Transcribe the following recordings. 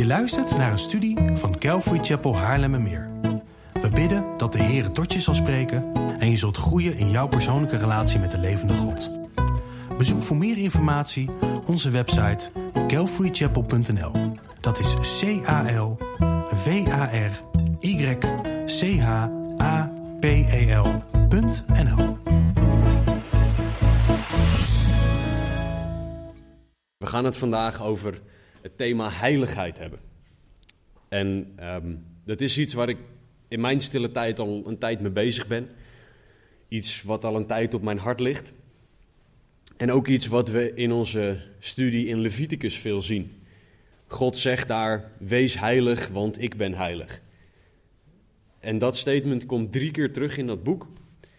Je luistert naar een studie van Calvary Chapel Haarlemmermeer. We bidden dat de Heer tot je zal spreken en je zult groeien in jouw persoonlijke relatie met de levende God. Bezoek voor meer informatie onze website calvarychapel.nl. Dat is CALVARYCHAPEL.nl. We gaan het vandaag over het thema heiligheid hebben. En dat is iets waar ik in mijn stille tijd al een tijd mee bezig ben. Iets wat al een tijd op mijn hart ligt. En ook iets wat we in onze studie in Leviticus veel zien. God zegt daar, wees heilig, want ik ben heilig. En dat statement komt 3 keer terug in dat boek.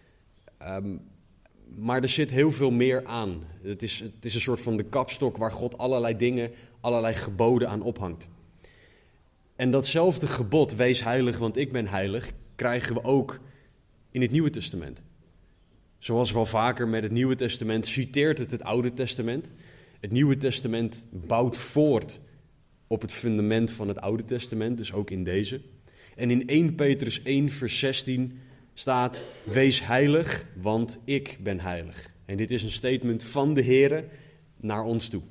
Maar er zit heel veel meer aan. Het is een soort van de kapstok waar God allerlei dingen, allerlei geboden aan ophangt. En datzelfde gebod, wees heilig, want ik ben heilig, krijgen we ook in het Nieuwe Testament. Zoals wel vaker met het Nieuwe Testament citeert het Oude Testament. Het Nieuwe Testament bouwt voort op het fundament van het Oude Testament, dus ook in deze. En in 1 Petrus 1 vers 16 staat, wees heilig, want ik ben heilig. En dit is een statement van de Heere naar ons toe.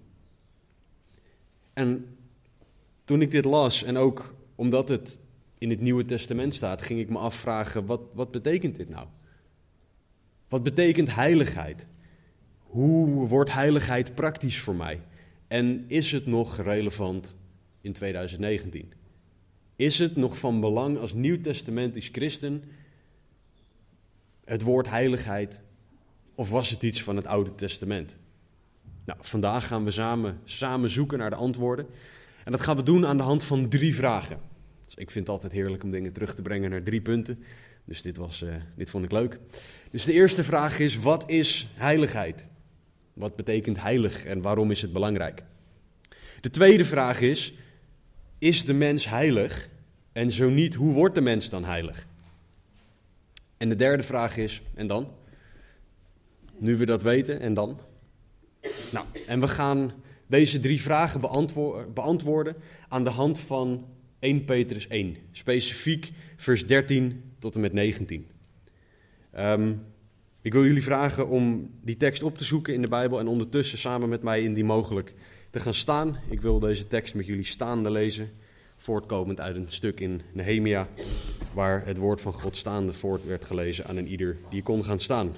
En toen ik dit las, en ook omdat het in het Nieuwe Testament staat, ging ik me afvragen, wat betekent dit nou? Wat betekent heiligheid? Hoe wordt heiligheid praktisch voor mij? En is het nog relevant in 2019? Is het nog van belang als nieuwtestamentisch christen het woord heiligheid? Of was het iets van het Oude Testament? Nou, vandaag gaan we samen zoeken naar de antwoorden. En dat gaan we doen aan de hand van 3 vragen. Dus ik vind het altijd heerlijk om dingen terug te brengen naar 3 punten. Dus dit vond ik leuk. Dus de eerste vraag is, wat is heiligheid? Wat betekent heilig en waarom is het belangrijk? De tweede vraag is de mens heilig? En zo niet, hoe wordt de mens dan heilig? En de derde vraag is, en dan? Nu we dat weten, en dan? Nou, en we gaan deze 3 vragen beantwoorden aan de hand van 1 Petrus 1. Specifiek vers 13 tot en met 19. Ik wil jullie vragen om die tekst op te zoeken in de Bijbel en ondertussen samen met mij indien mogelijk te gaan staan. Ik wil deze tekst met jullie staande lezen, voortkomend uit een stuk in Nehemia, waar het woord van God staande voort werd gelezen aan een ieder die kon gaan staan.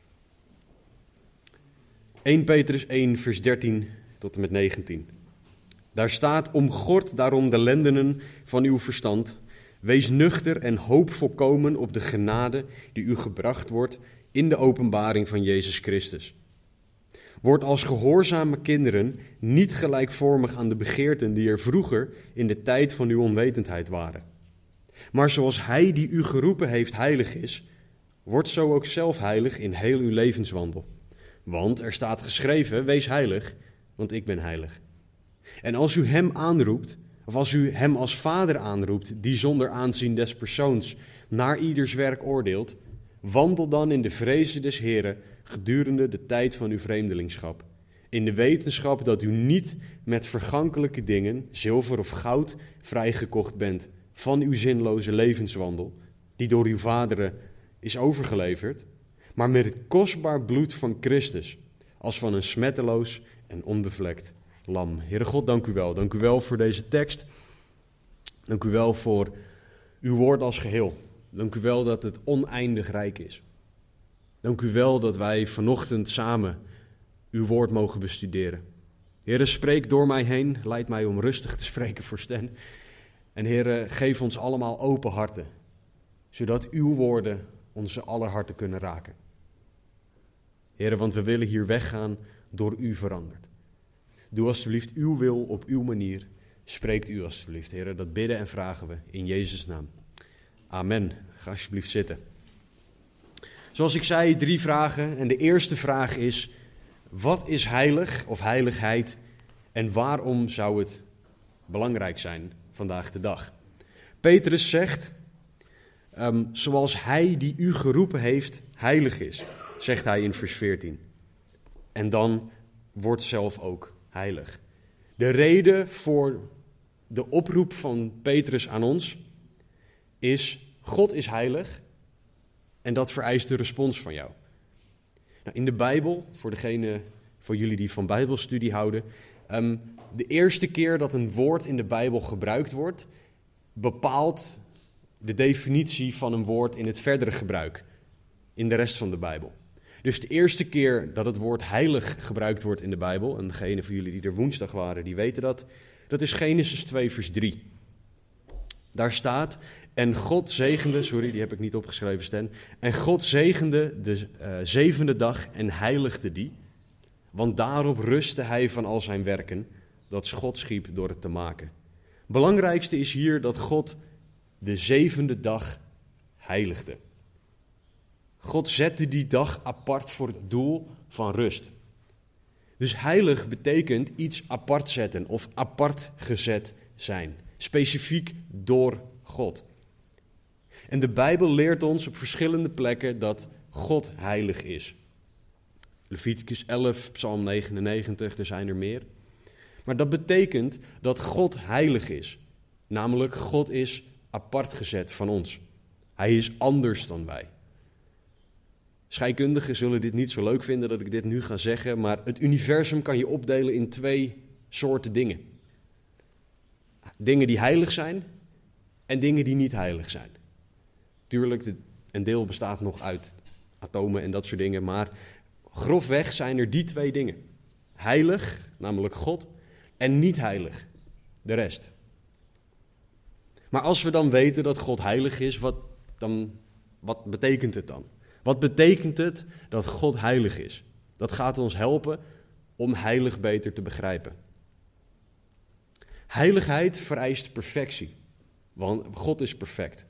1 Petrus 1 vers 13 tot en met 19. Daar staat, omgord daarom de lendenen van uw verstand, wees nuchter en hoop volkomen op de genade die u gebracht wordt in de openbaring van Jezus Christus. Word als gehoorzame kinderen niet gelijkvormig aan de begeerten die er vroeger in de tijd van uw onwetendheid waren. Maar zoals Hij die u geroepen heeft heilig is, word zo ook zelf heilig in heel uw levenswandel. Want er staat geschreven, wees heilig, want ik ben heilig. En als u hem aanroept, of als u hem als vader aanroept, die zonder aanzien des persoons naar ieders werk oordeelt, wandel dan in de vreze des Heren gedurende de tijd van uw vreemdelingschap. In de wetenschap dat u niet met vergankelijke dingen, zilver of goud, vrijgekocht bent van uw zinloze levenswandel, die door uw vaderen is overgeleverd, maar met het kostbaar bloed van Christus, als van een smetteloos en onbevlekt lam. Heere God, dank u wel. Dank u wel voor deze tekst. Dank u wel voor uw woord als geheel. Dank u wel dat het oneindig rijk is. Dank u wel dat wij vanochtend samen uw woord mogen bestuderen. Heere, spreek door mij heen. Leid mij om rustig te spreken voor Sten. En Heere, geef ons allemaal open harten, zodat uw woorden onze aller harten kunnen raken. Heere, want we willen hier weggaan door u veranderd. Doe alstublieft uw wil op uw manier. Spreekt u alstublieft, Heere. Dat bidden en vragen we in Jezus' naam. Amen. Ga alsjeblieft zitten. Zoals ik zei, 3 vragen. En de eerste vraag is, wat is heilig of heiligheid en waarom zou het belangrijk zijn vandaag de dag? Petrus zegt, zoals hij die u geroepen heeft heilig is, zegt hij in vers 14. En dan wordt zelf ook heilig. De reden voor de oproep van Petrus aan ons is: God is heilig en dat vereist de respons van jou. Nou, in de Bijbel, voor jullie die van Bijbelstudie houden, de eerste keer dat een woord in de Bijbel gebruikt wordt, bepaalt de definitie van een woord in het verdere gebruik in de rest van de Bijbel. Dus de eerste keer dat het woord heilig gebruikt wordt in de Bijbel, en degene van jullie die er woensdag waren, die weten dat is Genesis 2 vers 3. Daar staat: en God zegende, die heb ik niet opgeschreven, Sten. En God zegende de zevende dag en heiligde die, want daarop rustte hij van al zijn werken, dat God schiep door het te maken. Belangrijkste is hier dat God de zevende dag heiligde. God zette die dag apart voor het doel van rust. Dus heilig betekent iets apart zetten of apart gezet zijn. Specifiek door God. En de Bijbel leert ons op verschillende plekken dat God heilig is. Leviticus 11, Psalm 99, er zijn er meer. Maar dat betekent dat God heilig is. Namelijk, God is apart gezet van ons. Hij is anders dan wij. Scheikundigen zullen dit niet zo leuk vinden dat ik dit nu ga zeggen, maar het universum kan je opdelen in 2 soorten dingen. Dingen die heilig zijn en dingen die niet heilig zijn. Tuurlijk, een deel bestaat nog uit atomen en dat soort dingen, maar grofweg zijn er die 2 dingen. Heilig, namelijk God, en niet heilig, de rest. Maar als we dan weten dat God heilig is, wat betekent het dan? Wat betekent het dat God heilig is? Dat gaat ons helpen om heilig beter te begrijpen. Heiligheid vereist perfectie, want God is perfect.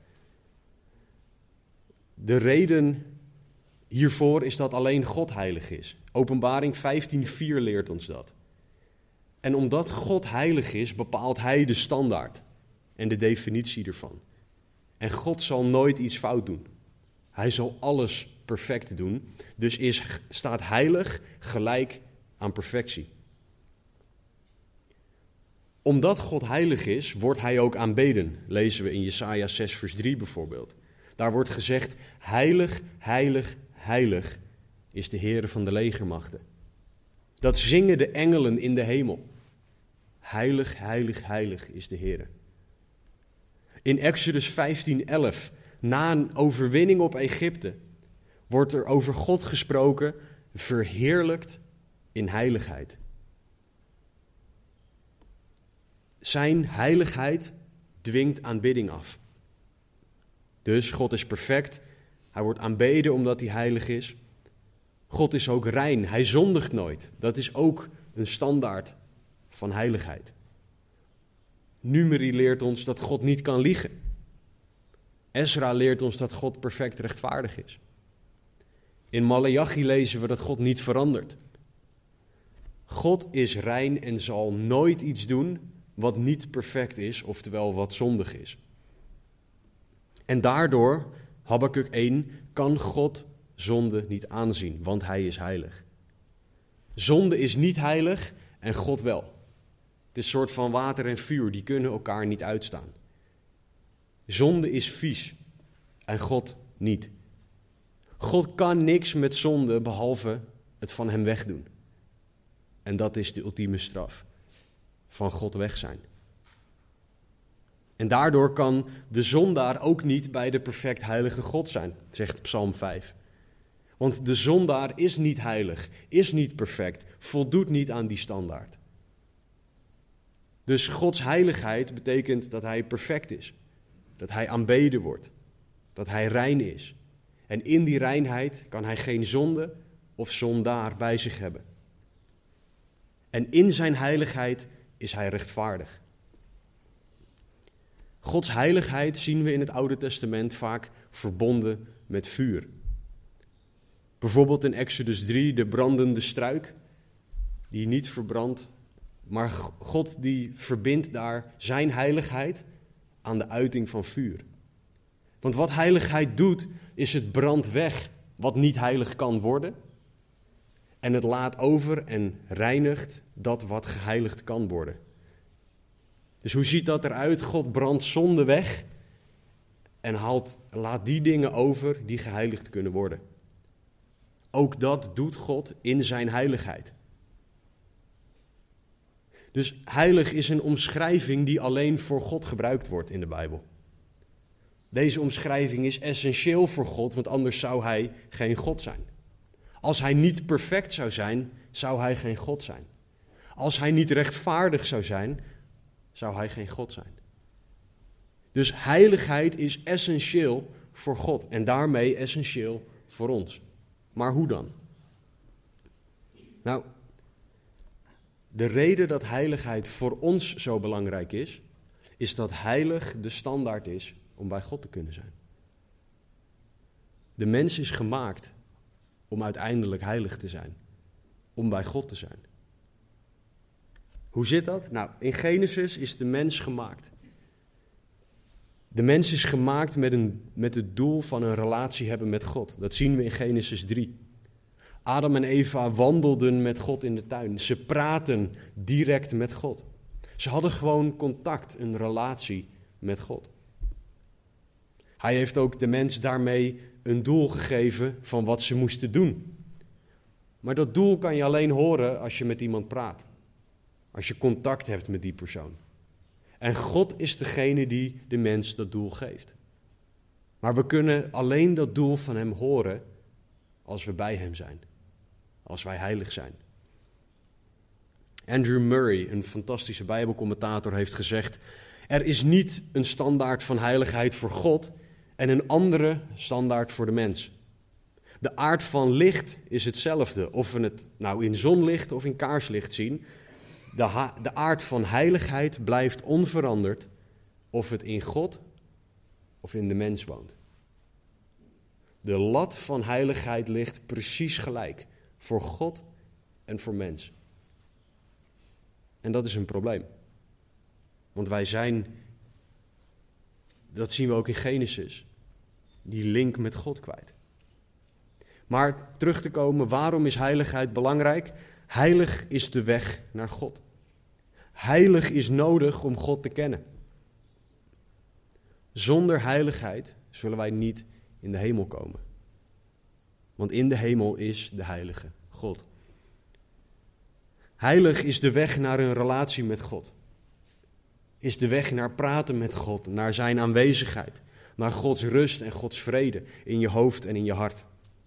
De reden hiervoor is dat alleen God heilig is. Openbaring 15:4 leert ons dat. En omdat God heilig is, bepaalt Hij de standaard en de definitie ervan. En God zal nooit iets fout doen. Hij zal alles perfect doen, dus staat heilig gelijk aan perfectie. Omdat God heilig is, wordt Hij ook aanbeden, lezen we in Jesaja 6 vers 3 bijvoorbeeld. Daar wordt gezegd: heilig, heilig, heilig is de Heere van de legermachten. Dat zingen de engelen in de hemel. Heilig, heilig, heilig is de Heere. In Exodus 15:11, na een overwinning op Egypte, wordt er over God gesproken: verheerlijkt in heiligheid. Zijn heiligheid dwingt aanbidding af. Dus God is perfect, Hij wordt aanbeden omdat Hij heilig is. God is ook rein, Hij zondigt nooit. Dat is ook een standaard van heiligheid. Numeri leert ons dat God niet kan liegen. Ezra leert ons dat God perfect rechtvaardig is. In Maleachi lezen we dat God niet verandert. God is rein en zal nooit iets doen wat niet perfect is, oftewel wat zondig is. En daardoor, Habakuk 1, kan God zonde niet aanzien, want Hij is heilig. Zonde is niet heilig en God wel. Het is een soort van water en vuur, die kunnen elkaar niet uitstaan. Zonde is vies en God niet. God kan niks met zonde behalve het van Hem wegdoen. En dat is de ultieme straf. Van God weg zijn. En daardoor kan de zondaar ook niet bij de perfect heilige God zijn, zegt Psalm 5. Want de zondaar is niet heilig, is niet perfect, voldoet niet aan die standaard. Dus Gods heiligheid betekent dat Hij perfect is. Dat Hij aanbeden wordt. Dat Hij rein is. En in die reinheid kan Hij geen zonde of zondaar bij zich hebben. En in zijn heiligheid is Hij rechtvaardig. Gods heiligheid zien we in het Oude Testament vaak verbonden met vuur. Bijvoorbeeld in Exodus 3, de brandende struik, die niet verbrandt, maar God die verbindt daar zijn heiligheid aan de uiting van vuur. Want wat heiligheid doet, is het brandt weg wat niet heilig kan worden. En het laat over en reinigt dat wat geheiligd kan worden. Dus hoe ziet dat eruit? God brandt zonde weg en laat die dingen over die geheiligd kunnen worden. Ook dat doet God in zijn heiligheid. Dus heilig is een omschrijving die alleen voor God gebruikt wordt in de Bijbel. Deze omschrijving is essentieel voor God, want anders zou hij geen God zijn. Als hij niet perfect zou zijn, zou hij geen God zijn. Als hij niet rechtvaardig zou zijn, zou hij geen God zijn. Dus heiligheid is essentieel voor God en daarmee essentieel voor ons. Maar hoe dan? Nou, de reden dat heiligheid voor ons zo belangrijk is dat heilig de standaard is om bij God te kunnen zijn. De mens is gemaakt om uiteindelijk heilig te zijn, om bij God te zijn. Hoe zit dat? Nou, in Genesis is de mens gemaakt. De mens is gemaakt met het doel van een relatie hebben met God. Dat zien we in Genesis 3. Adam en Eva wandelden met God in de tuin. Ze praten direct met God. Ze hadden gewoon contact, een relatie met God. Hij heeft ook de mens daarmee een doel gegeven van wat ze moesten doen. Maar dat doel kan je alleen horen als je met iemand praat. Als je contact hebt met die persoon. En God is degene die de mens dat doel geeft. Maar we kunnen alleen dat doel van hem horen als we bij hem zijn. Als wij heilig zijn. Andrew Murray, een fantastische Bijbelcommentator, heeft gezegd: er is niet een standaard van heiligheid voor God en een andere standaard voor de mens. De aard van licht is hetzelfde, of we het nou in zonlicht of in kaarslicht zien. De aard van heiligheid blijft onveranderd, of het in God of in de mens woont. De lat van heiligheid ligt precies gelijk voor God en voor mens. En dat is een probleem. Want wij zijn, dat zien we ook in Genesis, die link met God kwijt. Maar terug te komen, waarom is heiligheid belangrijk? Heilig is de weg naar God. Heilig is nodig om God te kennen. Zonder heiligheid zullen wij niet in de hemel komen. Want in de hemel is de heilige God. Heilig is de weg naar een relatie met God. Is de weg naar praten met God, naar zijn aanwezigheid. Naar Gods rust en Gods vrede in je hoofd en in je hart.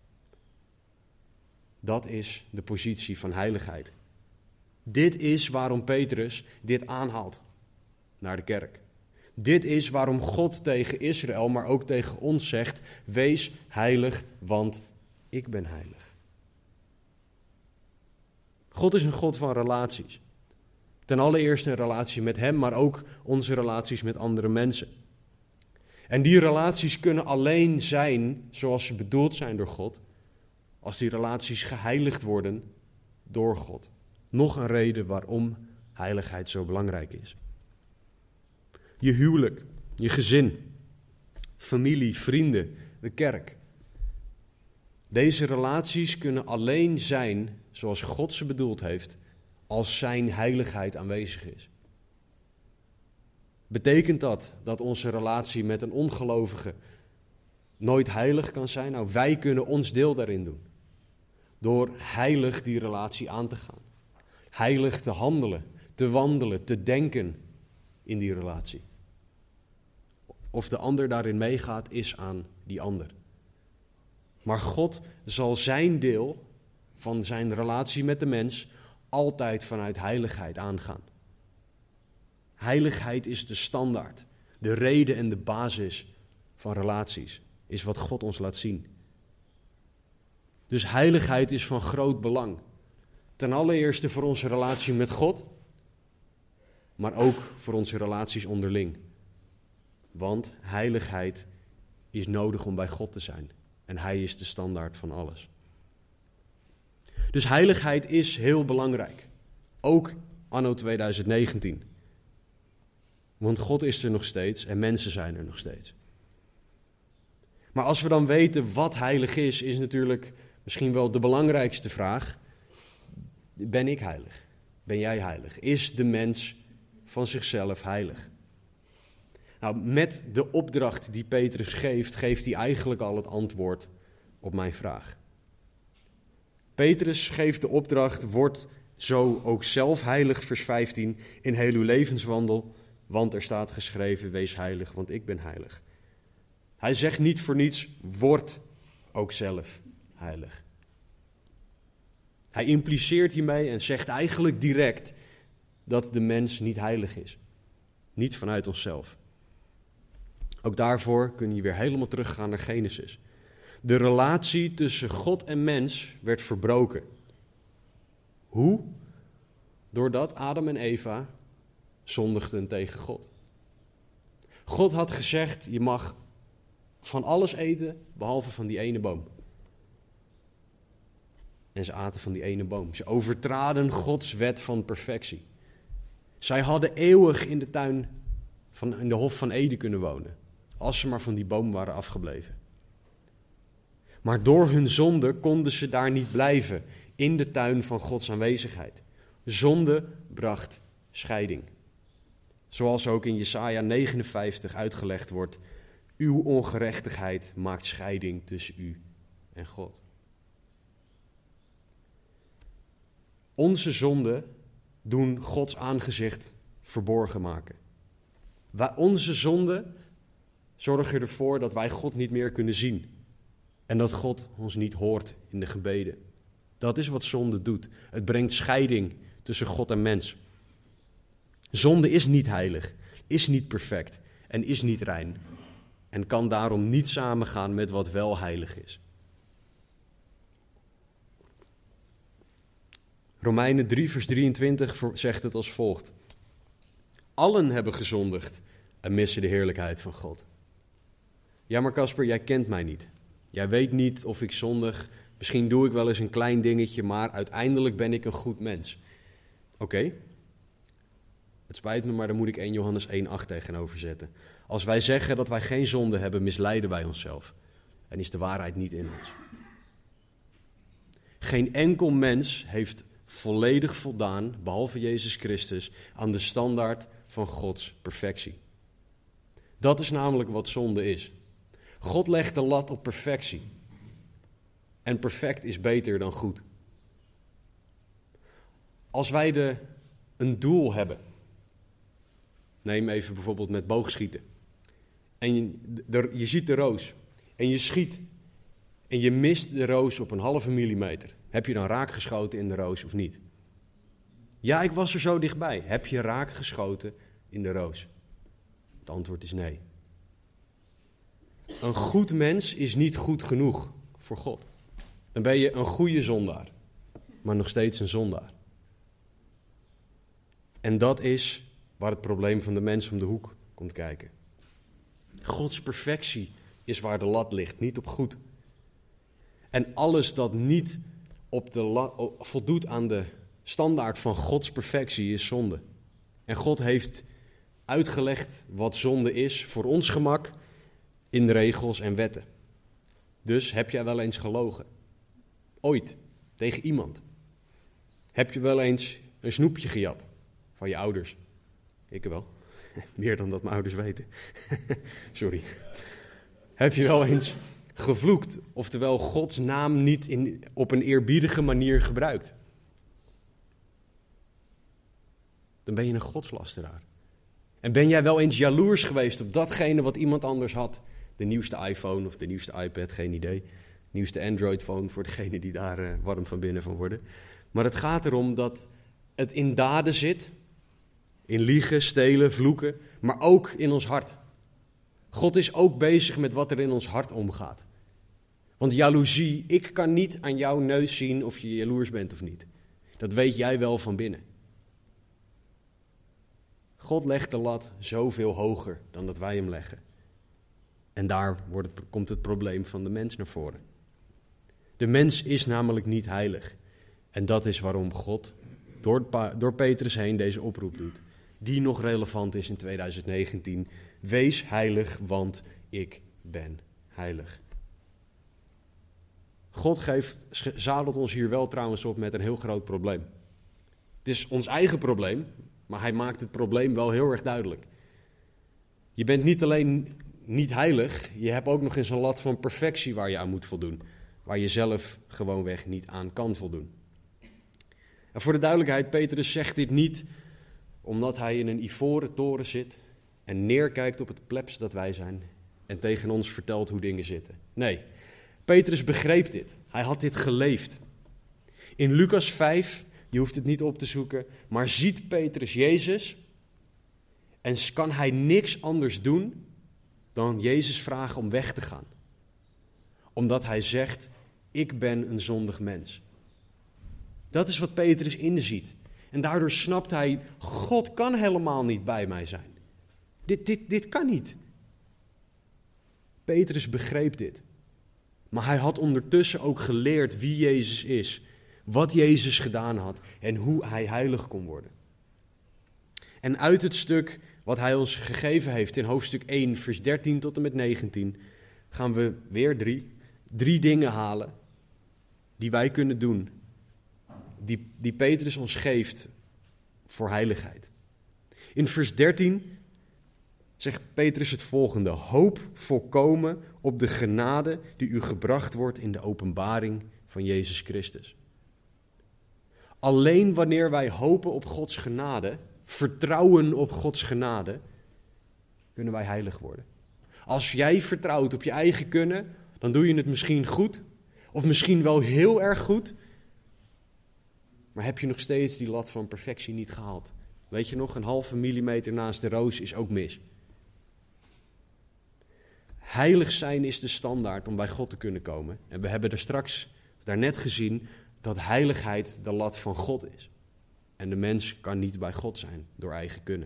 Dat is de positie van heiligheid. Dit is waarom Petrus dit aanhaalt naar de kerk. Dit is waarom God tegen Israël, maar ook tegen ons zegt: wees heilig, want ik ben heilig. God is een God van relaties. Ten allereerste een relatie met hem, maar ook onze relaties met andere mensen. En die relaties kunnen alleen zijn zoals ze bedoeld zijn door God, als die relaties geheiligd worden door God. Nog een reden waarom heiligheid zo belangrijk is. Je huwelijk, je gezin, familie, vrienden, de kerk. Deze relaties kunnen alleen zijn zoals God ze bedoeld heeft, als zijn heiligheid aanwezig is. Betekent dat onze relatie met een ongelovige nooit heilig kan zijn? Nou, wij kunnen ons deel daarin doen. Door heilig die relatie aan te gaan. Heilig te handelen, te wandelen, te denken in die relatie. Of de ander daarin meegaat, is aan die ander. Maar God zal zijn deel van zijn relatie met de mens altijd vanuit heiligheid aangaan. Heiligheid is de standaard, de reden en de basis van relaties, is wat God ons laat zien. Dus heiligheid is van groot belang. Ten allereerste voor onze relatie met God, maar ook voor onze relaties onderling. Want heiligheid is nodig om bij God te zijn. En hij is de standaard van alles. Dus heiligheid is heel belangrijk. Ook anno 2019. Want God is er nog steeds en mensen zijn er nog steeds. Maar als we dan weten wat heilig is natuurlijk misschien wel de belangrijkste vraag. Ben ik heilig? Ben jij heilig? Is de mens van zichzelf heilig. Nou, met de opdracht die Petrus geeft, geeft hij eigenlijk al het antwoord op mijn vraag. Petrus geeft de opdracht, word zo ook zelf heilig, vers 15, in heel uw levenswandel, want er staat geschreven, wees heilig, want ik ben heilig. Hij zegt niet voor niets, word ook zelf heilig. Hij impliceert hiermee en zegt eigenlijk direct dat de mens niet heilig is. Niet vanuit onszelf. Ook daarvoor kun je weer helemaal teruggaan naar Genesis. De relatie tussen God en mens werd verbroken. Hoe? Doordat Adam en Eva zondigden tegen God. God had gezegd, je mag van alles eten, behalve van die ene boom. En ze aten van die ene boom. Ze overtraden Gods wet van perfectie. Zij hadden eeuwig in de tuin, in de Hof van Eden kunnen wonen. Als ze maar van die boom waren afgebleven. Maar door hun zonde konden ze daar niet blijven, in de tuin van Gods aanwezigheid. Zonde bracht scheiding. Zoals ook in Jesaja 59 uitgelegd wordt, uw ongerechtigheid maakt scheiding tussen u en God. Onze zonden doen Gods aangezicht verborgen maken. Onze zonden zorgen ervoor dat wij God niet meer kunnen zien. En dat God ons niet hoort in de gebeden. Dat is wat zonde doet. Het brengt scheiding tussen God en mens. Zonde is niet heilig, is niet perfect en is niet rein. En kan daarom niet samengaan met wat wel heilig is. Romeinen 3 vers 23 zegt het als volgt. Allen hebben gezondigd en missen de heerlijkheid van God. Ja, maar Casper, jij kent mij niet. Jij weet niet of ik zondig. Misschien doe ik wel eens een klein dingetje, maar uiteindelijk ben ik een goed mens. Oké. Het spijt me, maar daar moet ik 1 Johannes 1:8 tegenover zetten. Als wij zeggen dat wij geen zonde hebben, misleiden wij onszelf. En is de waarheid niet in ons. Geen enkel mens heeft volledig voldaan, behalve Jezus Christus, aan de standaard van Gods perfectie. Dat is namelijk wat zonde is. God legt de lat op perfectie. En perfect is beter dan goed. Als wij een doel hebben. Neem even bijvoorbeeld met boogschieten. En je ziet de roos. En je schiet. En je mist de roos op 0,5 millimeter. Heb je dan raak geschoten in de roos of niet? Ja, ik was er zo dichtbij. Heb je raak geschoten in de roos? Het antwoord is nee. Een goed mens is niet goed genoeg voor God. Dan ben je een goede zondaar, maar nog steeds een zondaar. En dat is waar het probleem van de mens om de hoek komt kijken. Gods perfectie is waar de lat ligt, niet op goed. En alles dat niet op de voldoet aan de standaard van Gods perfectie is zonde. En God heeft uitgelegd wat zonde is voor ons gemak in de regels en wetten. Dus heb jij wel eens gelogen? Ooit, tegen iemand? Heb je wel eens een snoepje gejat van je ouders? Ik wel. Meer dan dat mijn ouders weten. Sorry. Heb je wel eens gevloekt, oftewel Gods naam niet op een eerbiedige manier gebruikt? Dan ben je een godslasteraar. En ben jij wel eens jaloers geweest op datgene wat iemand anders had? De nieuwste iPhone of de nieuwste iPad, geen idee. Nieuwste Android-phone voor degenen die daar warm van binnen van worden. Maar het gaat erom dat het in daden zit. In liegen, stelen, vloeken, maar ook in ons hart. God is ook bezig met wat er in ons hart omgaat. Want jaloezie, ik kan niet aan jouw neus zien of je jaloers bent of niet. Dat weet jij wel van binnen. God legt de lat zoveel hoger dan dat wij hem leggen. En daar komt het probleem van de mens naar voren. De mens is namelijk niet heilig. En dat is waarom God door Petrus heen deze oproep doet. Die nog relevant is in 2019. Wees heilig, want ik ben heilig. God zadelt ons hier wel trouwens op met een heel groot probleem. Het is ons eigen probleem, Maar hij maakt het probleem wel heel erg duidelijk. Je bent niet alleen niet heilig, je hebt ook nog eens een lat van perfectie waar je aan moet voldoen. Waar je zelf gewoonweg niet aan kan voldoen. En voor de duidelijkheid, Petrus zegt dit niet omdat hij in een ivoren toren zit en neerkijkt op het plebs dat wij zijn en tegen ons vertelt hoe dingen zitten. Nee, Petrus begreep dit. Hij had dit geleefd. In Lucas 5, je hoeft het niet op te zoeken, maar ziet Petrus Jezus en kan hij niks anders doen dan Jezus vragen om weg te gaan. Omdat hij zegt, ik ben een zondig mens. Dat is wat Petrus inziet. En daardoor snapt hij, God kan helemaal niet bij mij zijn. Dit kan niet. Petrus begreep dit. Maar hij had ondertussen ook geleerd wie Jezus is, wat Jezus gedaan had en hoe hij heilig kon worden. En uit het stuk wat hij ons gegeven heeft in hoofdstuk 1, vers 13 tot en met 19, gaan we weer drie dingen halen die wij kunnen doen, die Petrus ons geeft voor heiligheid. In vers 13 zegt Petrus het volgende: hoop volkomen op de genade die u gebracht wordt in de openbaring van Jezus Christus. Alleen wanneer wij hopen op Gods genade, vertrouwen op Gods genade, kunnen wij heilig worden. Als jij vertrouwt op je eigen kunnen, dan doe je het misschien goed, of misschien wel heel erg goed, maar heb je nog steeds die lat van perfectie niet gehaald. Weet je nog, een halve millimeter naast de roos is ook mis. Heilig zijn is de standaard om bij God te kunnen komen. En we hebben daarnet gezien dat heiligheid de lat van God is. En de mens kan niet bij God zijn door eigen kunnen.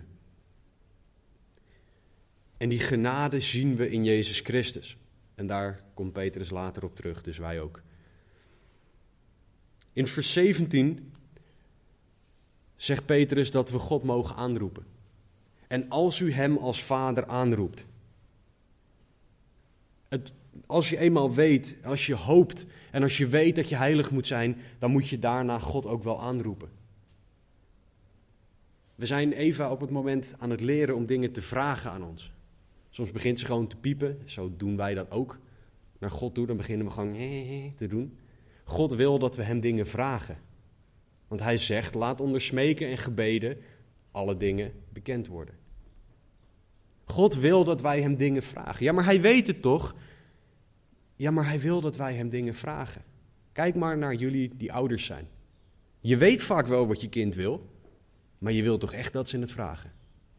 En die genade zien we in Jezus Christus. En daar komt Petrus later op terug, dus wij ook. In vers 17 zegt Petrus dat we God mogen aanroepen. En als u hem als vader aanroept. Als je eenmaal weet, als je hoopt en als je weet dat je heilig moet zijn, dan moet je daarna God ook wel aanroepen. We zijn even op het moment aan het leren om dingen te vragen aan ons. Soms begint ze gewoon te piepen, zo doen wij dat ook naar God toe. Dan beginnen we gewoon te doen. God wil dat we hem dingen vragen. Want hij zegt, laat onder smeken en gebeden alle dingen bekend worden. God wil dat wij hem dingen vragen. Ja, maar hij weet het toch? Ja, maar hij wil dat wij hem dingen vragen. Kijk maar naar jullie die ouders zijn. Je weet vaak wel wat je kind wil, maar je wilt toch echt dat ze het vragen.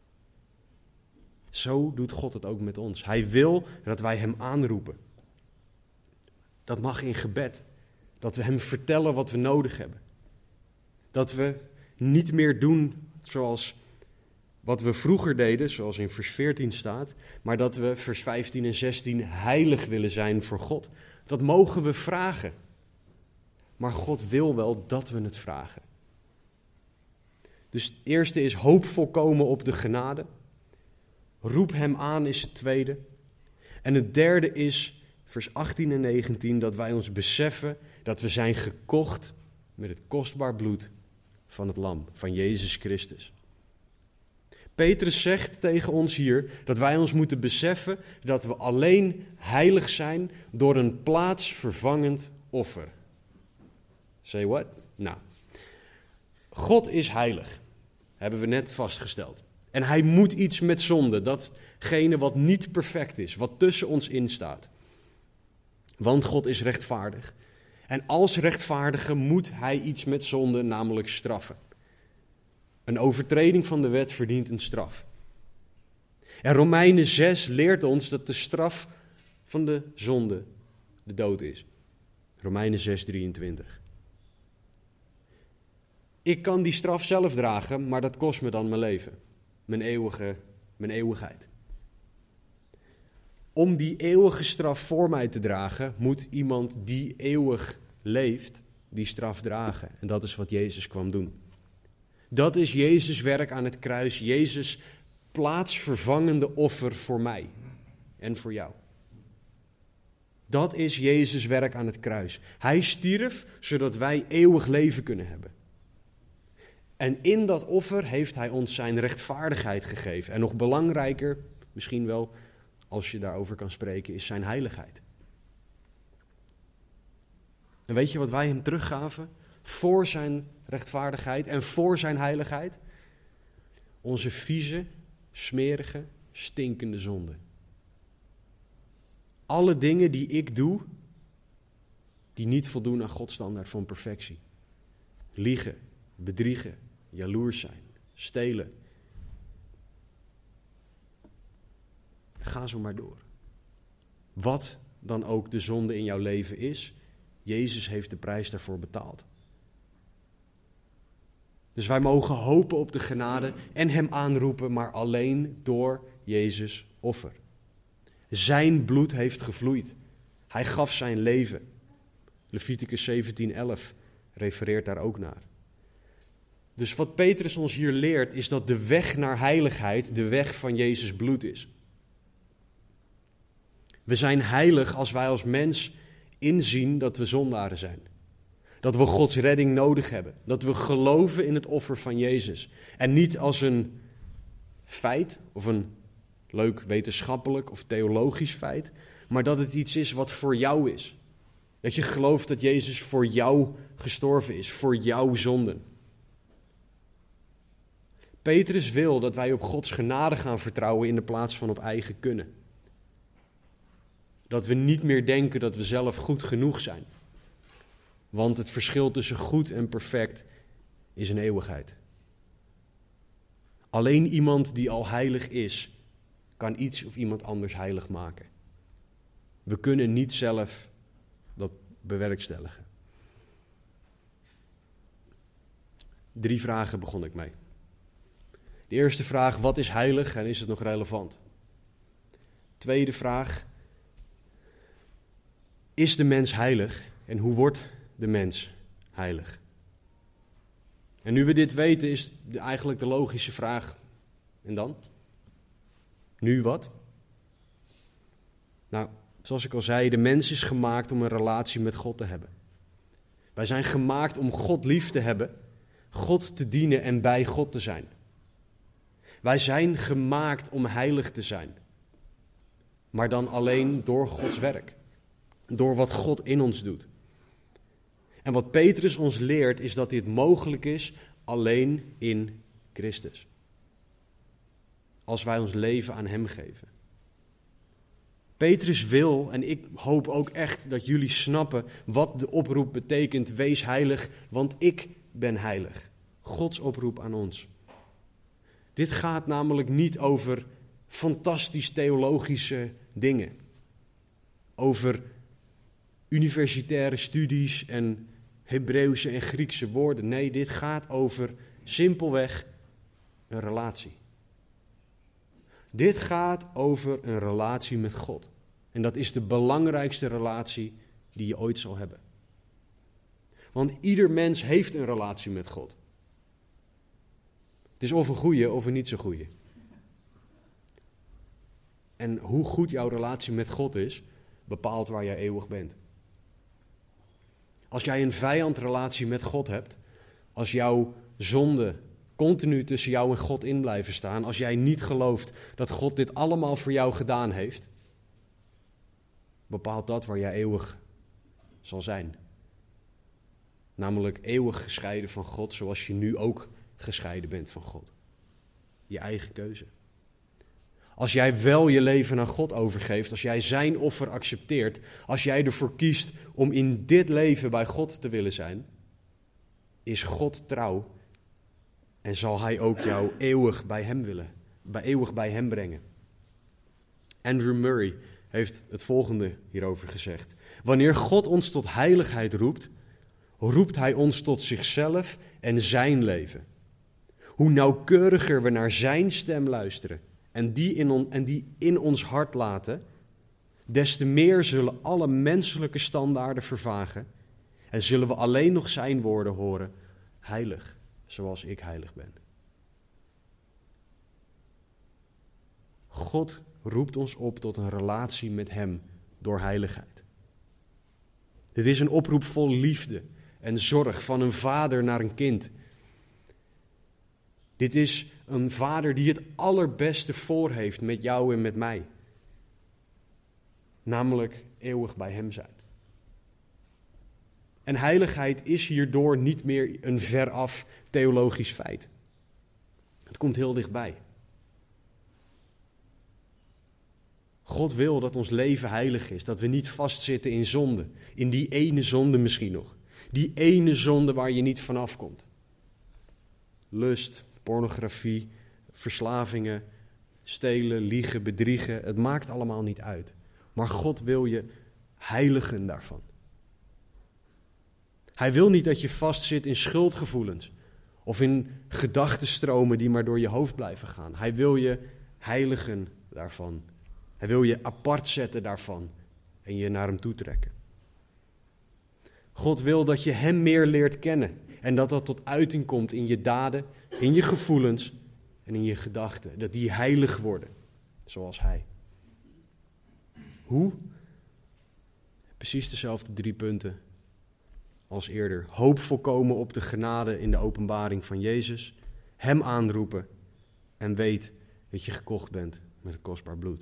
Zo doet God het ook met ons. Hij wil dat wij hem aanroepen. Dat mag in gebed. Dat we hem vertellen wat we nodig hebben. Dat we niet meer doen zoals wat we vroeger deden, zoals in vers 14 staat, maar dat we vers 15 en 16 heilig willen zijn voor God. Dat mogen we vragen. Maar God wil wel dat we het vragen. Dus het eerste is hoop volkomen op de genade. Roep hem aan is het tweede. En het derde is, vers 18 en 19, dat wij ons beseffen dat we zijn gekocht met het kostbaar bloed van het lam, van Jezus Christus. Petrus zegt tegen ons hier dat wij ons moeten beseffen dat we alleen heilig zijn door een plaatsvervangend offer. Say what? Nou, God is heilig, hebben we net vastgesteld. En hij moet iets met zonde, datgene wat niet perfect is, wat tussen ons in staat. Want God is rechtvaardig. En als rechtvaardige moet hij iets met zonde, namelijk straffen. Een overtreding van de wet verdient een straf. En Romeinen 6 leert ons dat de straf van de zonde de dood is. Romeinen 6:23. Ik kan die straf zelf dragen, maar dat kost me dan mijn leven. Mijn eeuwigheid. Om die eeuwige straf voor mij te dragen, moet iemand die eeuwig leeft, die straf dragen. En dat is wat Jezus kwam doen. Dat is Jezus' werk aan het kruis. Jezus' plaatsvervangende offer voor mij en voor jou. Dat is Jezus' werk aan het kruis. Hij stierf zodat wij eeuwig leven kunnen hebben. En in dat offer heeft hij ons zijn rechtvaardigheid gegeven. En nog belangrijker, misschien wel als je daarover kan spreken, is zijn heiligheid. En weet je wat wij hem teruggaven? Voor zijn rechtvaardigheid en voor zijn heiligheid? Onze vieze, smerige, stinkende zonde. Alle dingen die ik doe, die niet voldoen aan Gods standaard van perfectie. Liegen, bedriegen, jaloers zijn, stelen. Ga zo maar door. Wat dan ook de zonde in jouw leven is, Jezus heeft de prijs daarvoor betaald. Dus wij mogen hopen op de genade en hem aanroepen, maar alleen door Jezus' offer. Zijn bloed heeft gevloeid. Hij gaf zijn leven. Leviticus 17:11 refereert daar ook naar. Dus wat Petrus ons hier leert is dat de weg naar heiligheid de weg van Jezus' bloed is. We zijn heilig als wij als mens inzien dat we zondaren zijn. Dat we Gods redding nodig hebben. Dat we geloven in het offer van Jezus. En niet als een feit of een leuk wetenschappelijk of theologisch feit, maar dat het iets is wat voor jou is. Dat je gelooft dat Jezus voor jou gestorven is, voor jouw zonden. Petrus wil dat wij op Gods genade gaan vertrouwen in de plaats van op eigen kunnen. Dat we niet meer denken dat we zelf goed genoeg zijn. Want het verschil tussen goed en perfect is een eeuwigheid. Alleen iemand die al heilig is, kan iets of iemand anders heilig maken. We kunnen niet zelf dat bewerkstelligen. 3 vragen begon ik mee. De eerste vraag, wat is heilig en is het nog relevant? Tweede vraag, is de mens heilig en hoe wordt de mens heilig? En nu we dit weten is eigenlijk de logische vraag, en dan? Nu wat? Nou, zoals ik al zei, de mens is gemaakt om een relatie met God te hebben. Wij zijn gemaakt om God lief te hebben, God te dienen en bij God te zijn. Wij zijn gemaakt om heilig te zijn, maar dan alleen door Gods werk, door wat God in ons doet. En wat Petrus ons leert is dat dit mogelijk is alleen in Christus. Als wij ons leven aan hem geven. Petrus wil, en ik hoop ook echt dat jullie snappen wat de oproep betekent. Wees heilig, want ik ben heilig. Gods oproep aan ons. Dit gaat namelijk niet over fantastisch theologische dingen. Over universitaire studies en Hebreeuwse en Griekse woorden. Nee, dit gaat over simpelweg een relatie. Dit gaat over een relatie met God. En dat is de belangrijkste relatie die je ooit zal hebben. Want ieder mens heeft een relatie met God. Het is of een goede of een niet zo goede. En hoe goed jouw relatie met God is, bepaalt waar jij eeuwig bent. Als jij een vijandrelatie met God hebt, als jouw zonde continu tussen jou en God in blijven staan, als jij niet gelooft dat God dit allemaal voor jou gedaan heeft, bepaalt dat waar jij eeuwig zal zijn. Namelijk eeuwig gescheiden van God, zoals je nu ook gescheiden bent van God. Je eigen keuze. Als jij wel je leven aan God overgeeft, als jij zijn offer accepteert, als jij ervoor kiest om in dit leven bij God te willen zijn, is God trouw en zal hij ook jou eeuwig bij hem brengen. Andrew Murray heeft het volgende hierover gezegd. Wanneer God ons tot heiligheid roept, roept hij ons tot zichzelf en zijn leven. Hoe nauwkeuriger we naar zijn stem luisteren en die in ons hart laten, des te meer zullen alle menselijke standaarden vervagen en zullen we alleen nog zijn woorden horen, heilig, zoals ik heilig ben. God roept ons op tot een relatie met hem door heiligheid. Dit is een oproep vol liefde en zorg van een vader naar een kind. Dit is een vader die het allerbeste voor heeft met jou en met mij. Namelijk eeuwig bij hem zijn. En heiligheid is hierdoor niet meer een veraf theologisch feit. Het komt heel dichtbij. God wil dat ons leven heilig is, dat we niet vastzitten in zonde. In die ene zonde misschien nog. Die ene zonde waar je niet vanaf komt. Lust, pornografie, verslavingen, stelen, liegen, bedriegen. Het maakt allemaal niet uit. Maar God wil je heiligen daarvan. Hij wil niet dat je vastzit in schuldgevoelens. Of in gedachtenstromen die maar door je hoofd blijven gaan. Hij wil je heiligen daarvan. Hij wil je apart zetten daarvan. En je naar hem toe trekken. God wil dat je hem meer leert kennen. En dat dat tot uiting komt in je daden, in je gevoelens en in je gedachten. Dat die heilig worden, zoals hij. Hoe? Precies dezelfde 3 punten als eerder. Hoop volkomen op de genade in de openbaring van Jezus. Hem aanroepen en weet dat je gekocht bent met het kostbaar bloed.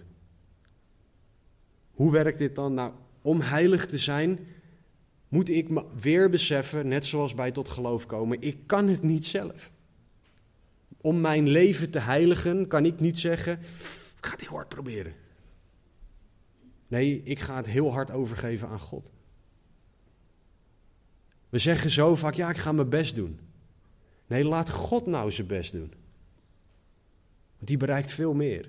Hoe werkt dit dan? Nou, om heilig te zijn moet ik me weer beseffen, net zoals bij tot geloof komen, ik kan het niet zelf. Om mijn leven te heiligen kan ik niet zeggen, ik ga het heel hard proberen. Nee, ik ga het heel hard overgeven aan God. We zeggen zo vaak, ja, ik ga mijn best doen. Nee, laat God nou zijn best doen. Want die bereikt veel meer.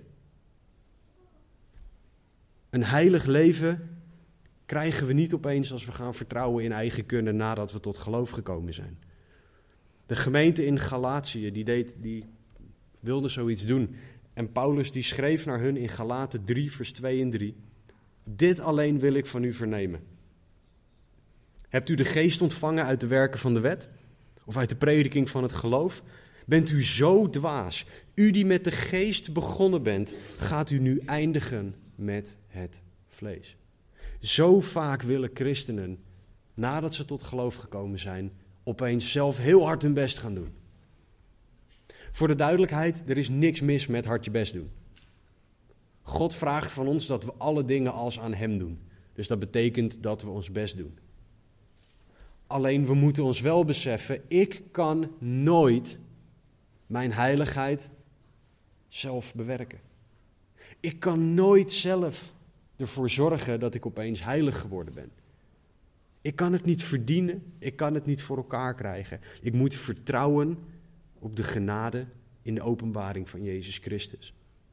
Een heilig leven krijgen we niet opeens als we gaan vertrouwen in eigen kunne nadat we tot geloof gekomen zijn. De gemeente in Galatië, die wilde zoiets doen. En Paulus die schreef naar hun in Galaten 3 vers 2 en 3. Dit alleen wil ik van u vernemen. Hebt u de geest ontvangen uit de werken van de wet? Of uit de prediking van het geloof? Bent u zo dwaas? U die met de geest begonnen bent, gaat u nu eindigen met het vlees. Zo vaak willen christenen, nadat ze tot geloof gekomen zijn, opeens zelf heel hard hun best gaan doen. Voor de duidelijkheid, er is niks mis met hard je best doen. God vraagt van ons dat we alle dingen als aan hem doen. Dus dat betekent dat we ons best doen. Alleen we moeten ons wel beseffen, ik kan nooit mijn heiligheid zelf bewerken. Ik kan nooit zelf ervoor zorgen dat ik opeens heilig geworden ben. Ik kan het niet verdienen, ik kan het niet voor elkaar krijgen. Ik moet vertrouwen op de genade in de openbaring van Jezus Christus.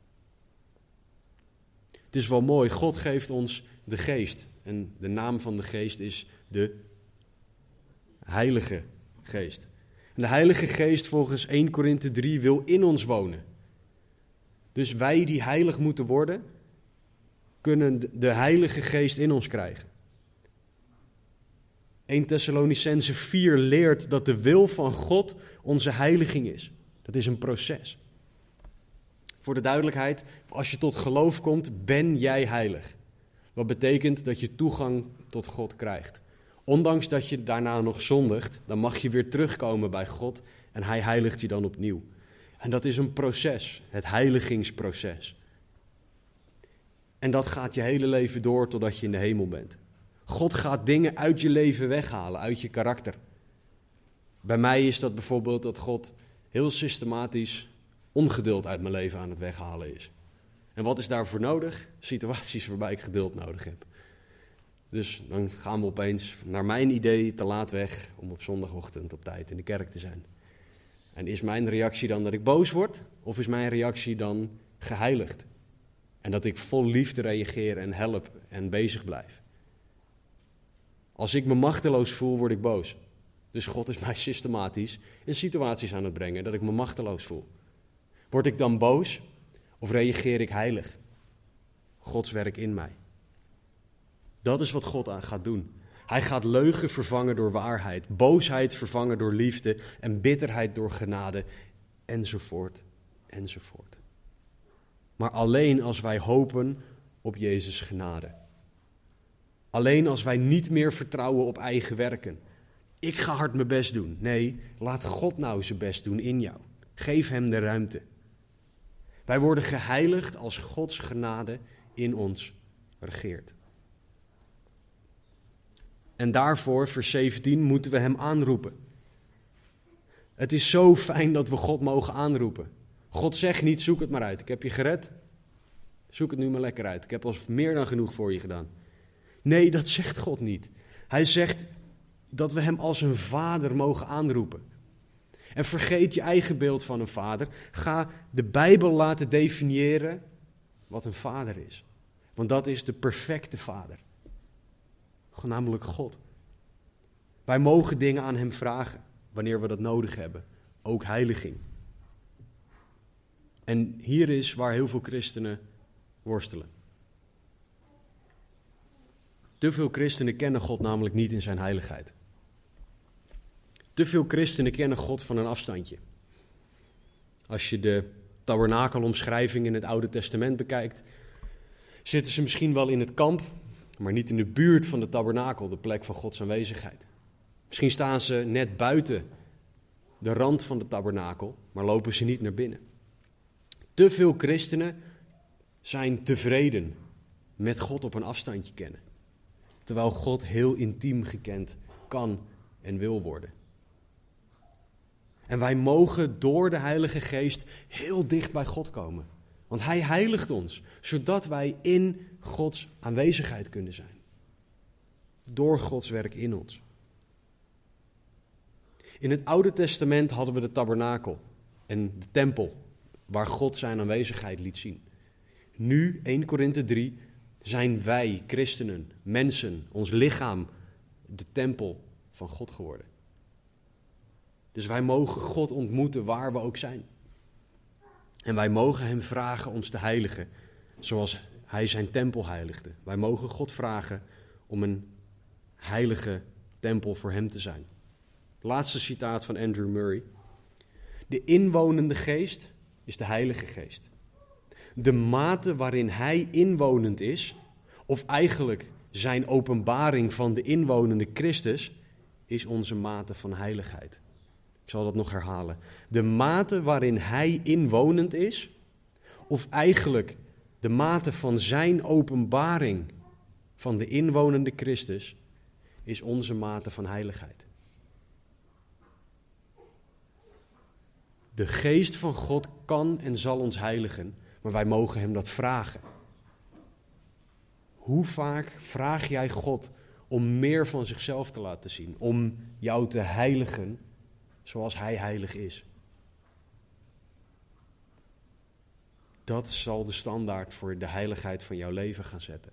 Het is wel mooi, God geeft ons de geest. En de naam van de geest is de Heilige Geest. En de Heilige Geest volgens 1 Korinthe 3 wil in ons wonen. Dus wij die heilig moeten worden, kunnen de Heilige Geest in ons krijgen. 1 Thessalonicenzen 4 leert dat de wil van God onze heiliging is. Dat is een proces. Voor de duidelijkheid, als je tot geloof komt, ben jij heilig. Wat betekent dat je toegang tot God krijgt. Ondanks dat je daarna nog zondigt, dan mag je weer terugkomen bij God en hij heiligt je dan opnieuw. En dat is een proces, het heiligingsproces. En dat gaat je hele leven door totdat je in de hemel bent. God gaat dingen uit je leven weghalen, uit je karakter. Bij mij is dat bijvoorbeeld dat God heel systematisch ongeduld uit mijn leven aan het weghalen is. En wat is daarvoor nodig? Situaties waarbij ik geduld nodig heb. Dus dan gaan we opeens, naar mijn idee, te laat weg om op zondagochtend op tijd in de kerk te zijn. En is mijn reactie dan dat ik boos word? Of is mijn reactie dan geheiligd? En dat ik vol liefde reageer en help en bezig blijf. Als ik me machteloos voel, word ik boos. Dus God is mij systematisch in situaties aan het brengen dat ik me machteloos voel. Word ik dan boos of reageer ik heilig? Gods werk in mij. Dat is wat God gaat doen. Hij gaat leugen vervangen door waarheid, boosheid vervangen door liefde en bitterheid door genade, enzovoort, enzovoort. Maar alleen als wij hopen op Jezus' genade. Alleen als wij niet meer vertrouwen op eigen werken. Ik ga hard mijn best doen. Nee, laat God nou zijn best doen in jou. Geef hem de ruimte. Wij worden geheiligd als Gods genade in ons regeert. En daarvoor, vers 17, moeten we hem aanroepen. Het is zo fijn dat we God mogen aanroepen. God zegt niet, zoek het maar uit. Ik heb je gered. Zoek het nu maar lekker uit. Ik heb al meer dan genoeg voor je gedaan. Nee, dat zegt God niet. Hij zegt dat we hem als een vader mogen aanroepen. En vergeet je eigen beeld van een vader. Ga de Bijbel laten definiëren wat een vader is. Want dat is de perfecte vader. Namelijk God. Wij mogen dingen aan hem vragen, wanneer we dat nodig hebben. Ook heiliging. En hier is waar heel veel christenen worstelen. Te veel christenen kennen God namelijk niet in zijn heiligheid. Te veel christenen kennen God van een afstandje. Als je de tabernakelomschrijving in het Oude Testament bekijkt, zitten ze misschien wel in het kamp, maar niet in de buurt van de tabernakel, de plek van Gods aanwezigheid. Misschien staan ze net buiten de rand van de tabernakel, maar lopen ze niet naar binnen. Te veel christenen zijn tevreden met God op een afstandje kennen, terwijl God heel intiem gekend kan en wil worden. En wij mogen door de Heilige Geest heel dicht bij God komen. Want Hij heiligt ons, zodat wij in Gods aanwezigheid kunnen zijn. Door Gods werk in ons. In het Oude Testament hadden we de tabernakel en de tempel, waar God zijn aanwezigheid liet zien. Nu, 1 Korinthe 3, zijn wij, christenen, mensen, ons lichaam, de tempel van God geworden. Dus wij mogen God ontmoeten waar we ook zijn. En wij mogen hem vragen ons te heiligen, zoals hij zijn tempel heiligde. Wij mogen God vragen om een heilige tempel voor hem te zijn. Laatste citaat van Andrew Murray. De inwonende geest is de Heilige Geest. De mate waarin hij inwonend is, of eigenlijk zijn openbaring van de inwonende Christus, is onze mate van heiligheid. Ik zal dat nog herhalen. De mate waarin hij inwonend is, of eigenlijk de mate van zijn openbaring van de inwonende Christus, is onze mate van heiligheid. De geest van God kan en zal ons heiligen, maar wij mogen hem dat vragen. Hoe vaak vraag jij God om meer van zichzelf te laten zien, om jou te heiligen zoals hij heilig is? Dat zal de standaard voor de heiligheid van jouw leven gaan zetten.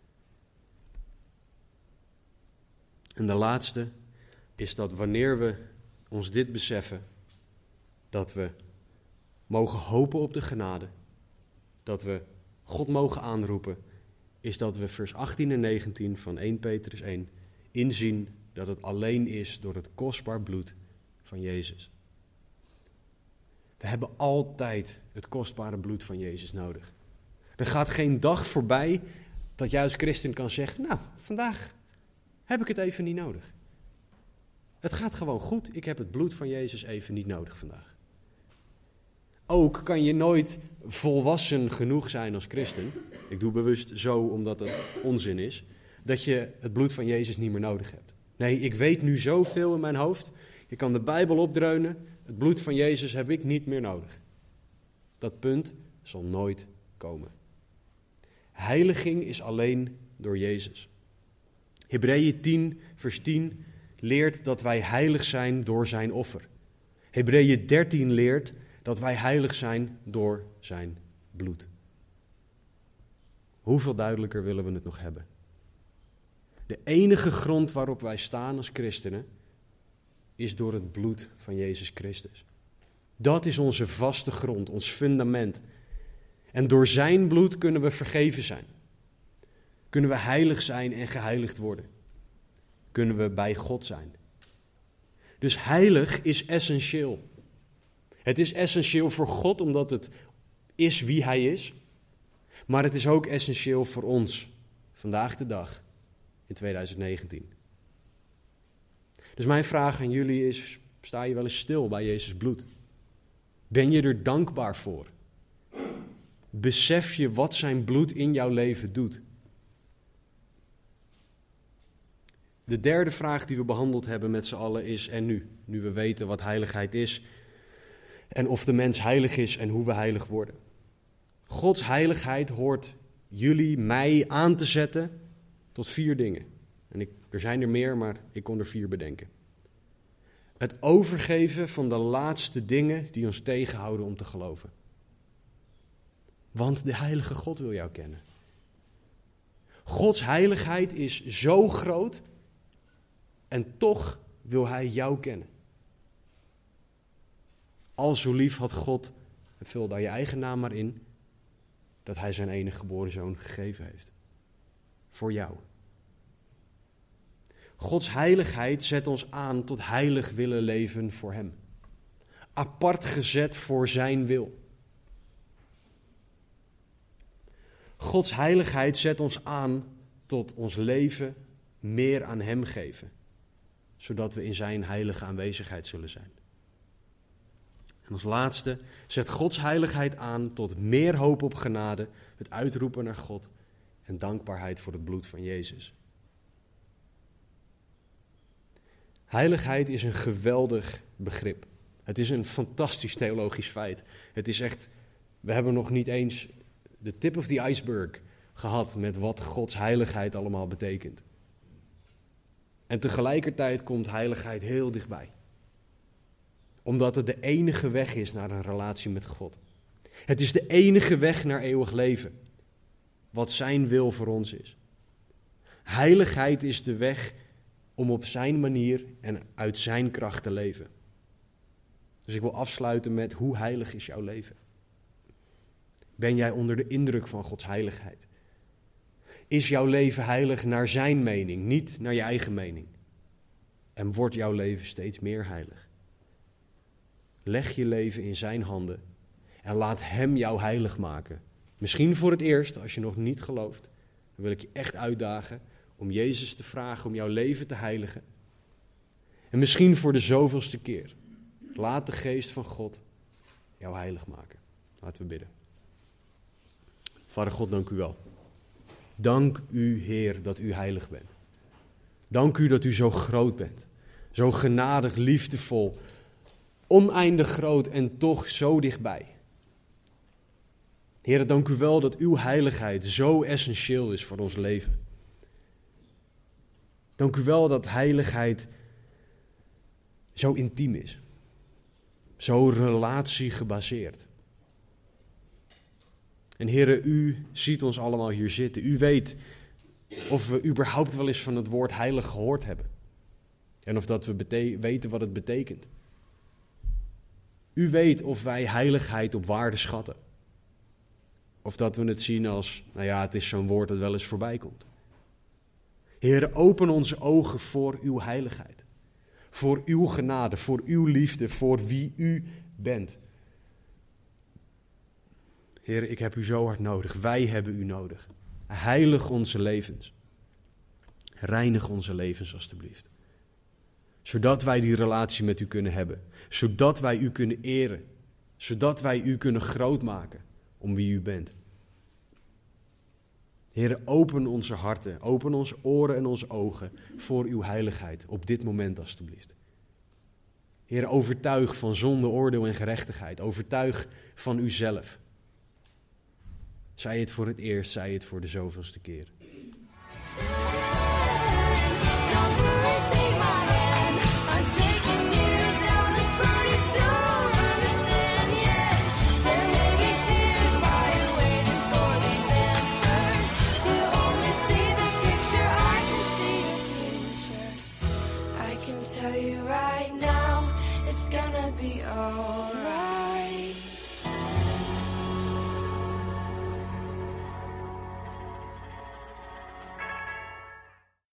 En de laatste is dat wanneer we ons dit beseffen, dat we mogen hopen op de genade, dat we God mogen aanroepen, is dat we vers 18 en 19 van 1 Petrus 1 inzien dat het alleen is door het kostbaar bloed van Jezus. We hebben altijd het kostbare bloed van Jezus nodig. Er gaat geen dag voorbij dat jij als christen kan zeggen, nou, vandaag heb ik het even niet nodig. Het gaat gewoon goed, ik heb het bloed van Jezus even niet nodig vandaag. Ook kan je nooit volwassen genoeg zijn als christen. Ik doe bewust zo omdat het onzin is. Dat je het bloed van Jezus niet meer nodig hebt. Nee, ik weet nu zoveel in mijn hoofd. Je kan de Bijbel opdreunen. Het bloed van Jezus heb ik niet meer nodig. Dat punt zal nooit komen. Heiliging is alleen door Jezus. Hebreeën 10 vers 10 leert dat wij heilig zijn door zijn offer. Hebreeën 13 leert dat wij heilig zijn door zijn bloed. Hoeveel duidelijker willen we het nog hebben? De enige grond waarop wij staan als christenen is door het bloed van Jezus Christus. Dat is onze vaste grond, ons fundament. En door zijn bloed kunnen we vergeven zijn. Kunnen we heilig zijn en geheiligd worden. Kunnen we bij God zijn. Dus heilig is essentieel. Het is essentieel voor God omdat het is wie hij is. Maar het is ook essentieel voor ons, vandaag de dag, in 2019. Dus mijn vraag aan jullie is, sta je wel eens stil bij Jezus' bloed? Ben je er dankbaar voor? Besef je wat zijn bloed in jouw leven doet? De derde vraag die we behandeld hebben met z'n allen is: en nu? Nu we weten wat heiligheid is en of de mens heilig is en hoe we heilig worden. Gods heiligheid hoort jullie, mij aan te zetten tot 4 dingen. En er zijn er meer, maar ik kon er 4 bedenken. Het overgeven van de laatste dingen die ons tegenhouden om te geloven. Want de heilige God wil jou kennen. Gods heiligheid is zo groot en toch wil hij jou kennen. Al zo lief had God, en vul daar je eigen naam maar in, dat hij zijn enige geboren zoon gegeven heeft. Voor jou. Gods heiligheid zet ons aan tot heilig willen leven voor hem. Apart gezet voor zijn wil. Gods heiligheid zet ons aan tot ons leven meer aan hem geven. Zodat we in zijn heilige aanwezigheid zullen zijn. En als laatste zet Gods heiligheid aan tot meer hoop op genade, het uitroepen naar God en dankbaarheid voor het bloed van Jezus. Heiligheid is een geweldig begrip. Het is een fantastisch theologisch feit. Het is echt, we hebben nog niet eens de tip of the iceberg gehad met wat Gods heiligheid allemaal betekent. En tegelijkertijd komt heiligheid heel dichtbij. Omdat het de enige weg is naar een relatie met God. Het is de enige weg naar eeuwig leven. Wat zijn wil voor ons is. Heiligheid is de weg om op zijn manier en uit zijn kracht te leven. Dus ik wil afsluiten met: hoe heilig is jouw leven? Ben jij onder de indruk van Gods heiligheid? Is jouw leven heilig naar zijn mening, niet naar je eigen mening? En wordt jouw leven steeds meer heilig? Leg je leven in zijn handen en laat hem jou heilig maken. Misschien voor het eerst, als je nog niet gelooft, dan wil ik je echt uitdagen om Jezus te vragen om jouw leven te heiligen. En misschien voor de zoveelste keer. Laat de geest van God jou heilig maken. Laten we bidden. Vader God, dank u wel. Dank u, Heer, dat u heilig bent. Dank u dat u zo groot bent. Zo genadig, liefdevol, oneindig groot en toch zo dichtbij. Heer, dank u wel dat uw heiligheid zo essentieel is voor ons leven. Dank u wel dat heiligheid zo intiem is. Zo relatiegebaseerd. En Heere, u ziet ons allemaal hier zitten. U weet of we überhaupt wel eens van het woord heilig gehoord hebben. En of dat we weten wat het betekent. U weet of wij heiligheid op waarde schatten. Of dat we het zien als, het is zo'n woord dat wel eens voorbij komt. Heere, open onze ogen voor uw heiligheid. Voor uw genade, voor uw liefde, voor wie u bent. Heere, ik heb u zo hard nodig. Wij hebben u nodig. Heilig onze levens. Reinig onze levens alstublieft. Zodat wij die relatie met u kunnen hebben. Zodat wij u kunnen eren. Zodat wij u kunnen grootmaken om wie u bent. Heere, open onze harten, open onze oren en onze ogen voor uw heiligheid op dit moment alstublieft. Heere, overtuig van zonde, oordeel en gerechtigheid. Overtuig van uzelf. Zij het voor het eerst, zij het voor de zoveelste keer. Tell you right now, it's gonna be alright.